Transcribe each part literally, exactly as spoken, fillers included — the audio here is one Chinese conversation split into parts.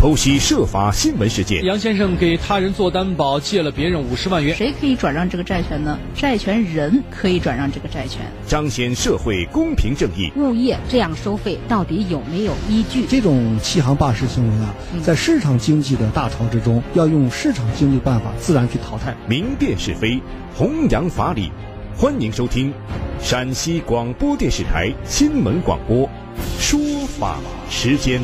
剖析涉法新闻事件。 杨先生给他人做担保，借了别人五十万元。 谁可以转让这个债权呢？债权人可以转让这个债权。 彰显社会公平正义。 物业这样收费到底有没有依据？ 这种欺行霸市行为啊， 嗯、 在市场经济的大潮之中，要用市场经济办法自然去淘汰。 明辨是非，弘扬法理。欢迎收听陕西广播电视台新闻广播说法时间。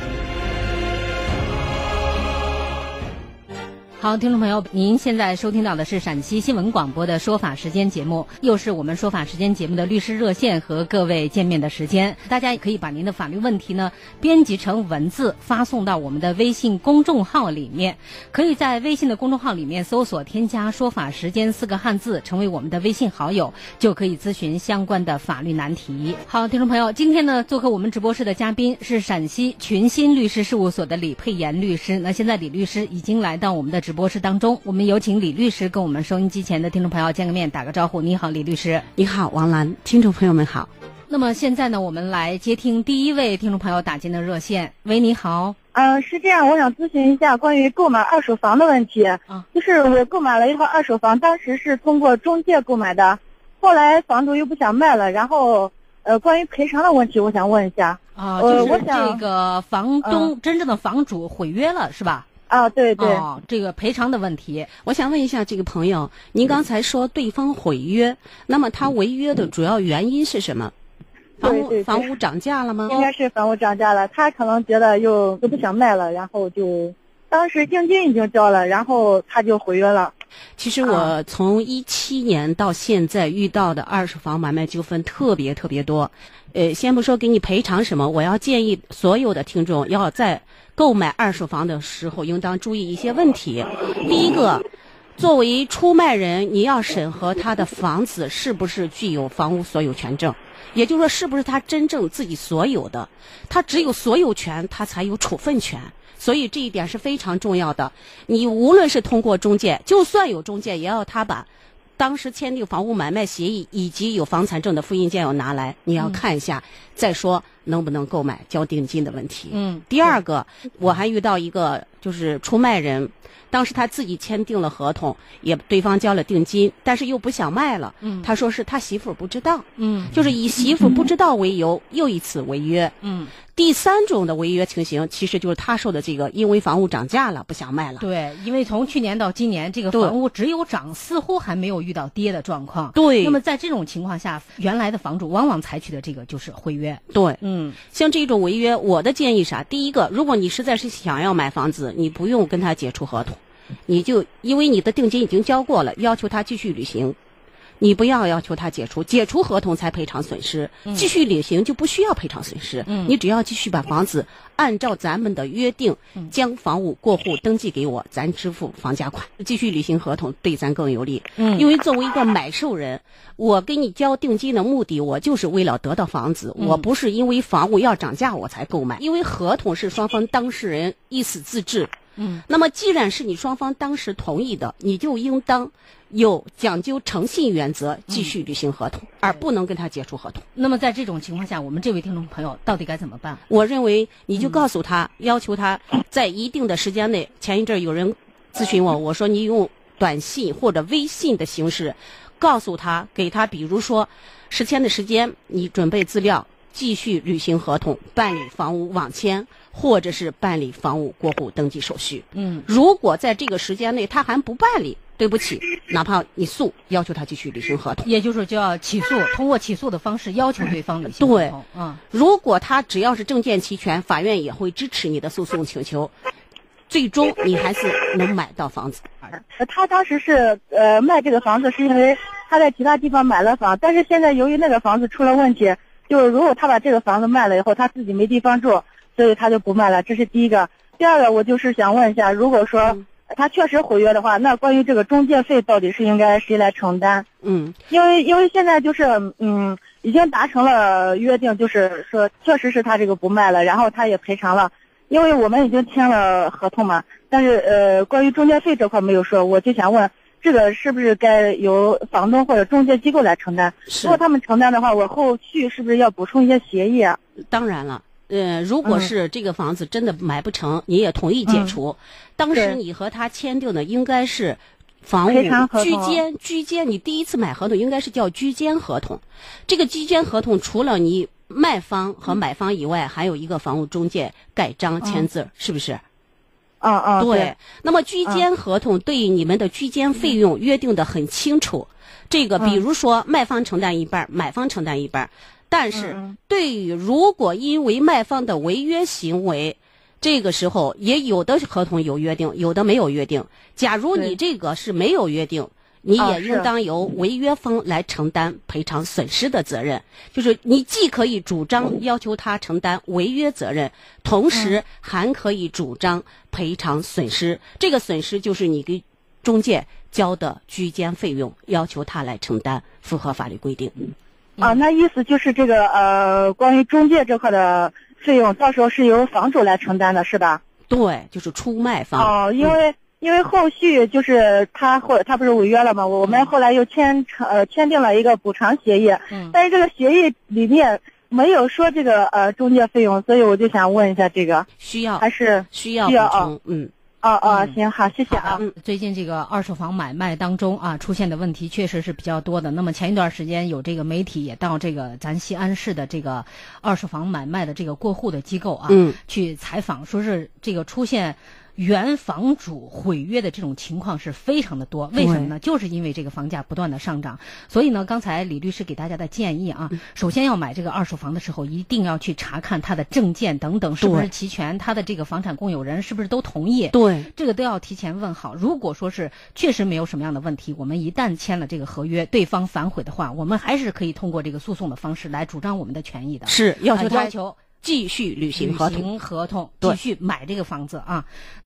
好，听众朋友，您现在收听到的是陕西新闻广播的说法时间节目，又是我们说法时间节目的律师热线和各位见面的时间。大家也可以把您的法律问题呢编辑成文字发送到我们的微信公众号里面，可以在微信的公众号里面搜索添加说法时间四个汉字，成为我们的微信好友，就可以咨询相关的法律难题。好，听众朋友，今天呢做客我们直播室的嘉宾是陕西群新律师事务所的李佩妍律师。那现在李律师已经来到我们的直播室当中，我们有请李律师跟我们收音机前的听众朋友见个面，打个招呼。你好，李律师。 你好，王兰，听众朋友们好。 那么现在呢，我们来接听第一位听众朋友打进的热线。喂，你好。 嗯、呃，是这样，我想咨询一下关于购买二手房的问题。啊，就是我购买了一套二手房，当时是通过中介购买的，后来房主又不想卖了，然后呃，关于赔偿的问题，我想问一下。 啊，就是这个房东、呃、真正的房主毁约了，是吧？ 啊，对对、 哦，这个赔偿的问题， 我想问一下这个朋友，您刚才说对方毁约，那么他违约的主要原因是什么？房屋对对对房屋涨价了吗？ 应该是房屋涨价了，他可能觉得又又不想卖了，然后就当时定金已经交了，然后他就毁约了。 其实我从一七年到现在遇到的二手房买卖纠纷特别特别多，呃，先不说给你赔偿什么，我要建议所有的听众要在购买二手房的时候应当注意一些问题。第一个，作为出卖人，你要审核他的房子是不是具有房屋所有权证，也就是说是不是他真正自己所有的，他只有所有权他才有处分权，所以这一点是非常重要的。你无论是通过中介，就算有中介，也要他把当时签订房屋买卖协议以及有房产证的复印件要拿来，你要看一下、嗯、再说能不能购买交定金的问题。 嗯， 第二个，我还遇到一个就是出卖人，当时他自己签订了合同，也对方交了定金，但是又不想卖了。嗯，他说是他媳妇不知道。嗯，就是以媳妇不知道为由，又一次违约。嗯，第三种的违约情形，其实就是他说的这个，因为房屋涨价了，不想卖了。 对，因为从去年到今年，这个房屋只有涨，似乎还没有遇到跌的状况。 对。 那么在这种情况下，原来的房主往往采取的这个就是毁约。 对， 嗯， 像这种违约，我的建议啥？第一个，如果你实在是想要买房子，你不用跟他解除合同，你就因为你的定金已经交过了，要求他继续履行。你不要要求他解除，解除合同才赔偿损失，继续履行就不需要赔偿损失。嗯，你只要继续把房子按照咱们的约定，将房屋过户登记给我，咱支付房价款，继续履行合同对咱更有利。嗯，因为作为一个买受人，我给你交定金的目的，我就是为了得到房子，嗯、我不是因为房屋要涨价我才购买，因为合同是双方当事人意思自治。嗯，那么既然是你双方当时同意的，你就应当有讲究诚信原则，继续履行合同，嗯、而不能跟他解除合同。 那么在这种情况下，我们这位听众朋友到底该怎么办？ 我认为你就告诉他，嗯、要求他在一定的时间内。前一阵有人咨询我，我说你用短信或者微信的形式，告诉他，给他比如说十天的时间，你准备资料，继续履行合同，办理房屋网签，或者是办理房屋过户登记手续。嗯，如果在这个时间内他还不办理，对不起，哪怕你诉，要求他继续履行合同， 也就是就要起诉，通过起诉的方式要求对方履行合同。 对，嗯，如果他只要是证件齐全，法院也会支持你的诉讼请求，最终你还是能买到房子。 他当时是呃卖这个房子是因为他在其他地方买了房，但是现在由于那个房子出了问题，就是如果他把这个房子卖了以后，他自己没地方住，所以他就不卖了，这是第一个。第二个，我就是想问一下，如果说、嗯他确实毁约的话，那关于这个中介费到底是应该谁来承担？嗯，因为因为现在就是嗯，已经达成了约定，就是说确实是他这个不卖了，然后他也赔偿了，因为我们已经签了合同嘛。但是呃，关于中介费这块没有说，我就想问，这个是不是该由房东或者中介机构来承担？如果他们承担的话，我后续是不是要补充一些协议啊？ 当然了。 呃，如果是这个房子真的买不成，嗯、你也同意解除。嗯、当时你和他签订的应该是房屋居间，居间。你第一次买合同应该是叫居间合同。这个居间合同除了你卖方和买方以外，嗯、还有一个房屋中介盖章签字，嗯、是不是？ 嗯嗯， 对。 对那么居间合同对于你们的居间费用约定的很清楚。嗯、这个比如说卖方承担一半，买方承担一半。但是，对于如果因为卖方的违约行为，这个时候也有的合同有约定，有的没有约定。假如你这个是没有约定，你也应当由违约方来承担赔偿损失的责任。就是你既可以主张要求他承担违约责任，同时还可以主张赔偿损失。这个损失就是你给中介交的居间费用，要求他来承担，符合法律规定。 啊，那意思就是这个呃，关于中介这块的费用，到时候是由房主来承担的，是吧？ 对，就是出卖方。 哦，因为、嗯、因为后续就是他后他不是违约了吗？我们后来又签呃签订了一个补偿协议，嗯，但是这个协议里面没有说这个呃中介费用，所以我就想问一下这个需要还是需要补充？ 哦、 嗯。 哦哦，行好，谢谢啊。 嗯，最近这个二手房买卖当中啊，出现的问题确实是比较多的。那么前一段时间有这个媒体也到这个咱西安市的这个二手房买卖的这个过户的机构啊，嗯，去采访，说是这个出现原房主毁约的这种情况是非常的多。为什么呢？就是因为这个房价不断的上涨。所以呢，刚才李律师给大家的建议啊，首先要买这个二手房的时候，一定要去查看他的证件等等是不是齐全，他的这个房产共有人是不是都同意。 对， 这个都要提前问好。如果说是确实没有什么样的问题，我们一旦签了这个合约，对方反悔的话，我们还是可以通过这个诉讼的方式来主张我们的权益的。 是要求他要求继续履行合同， 履行合同，继续买这个房子啊。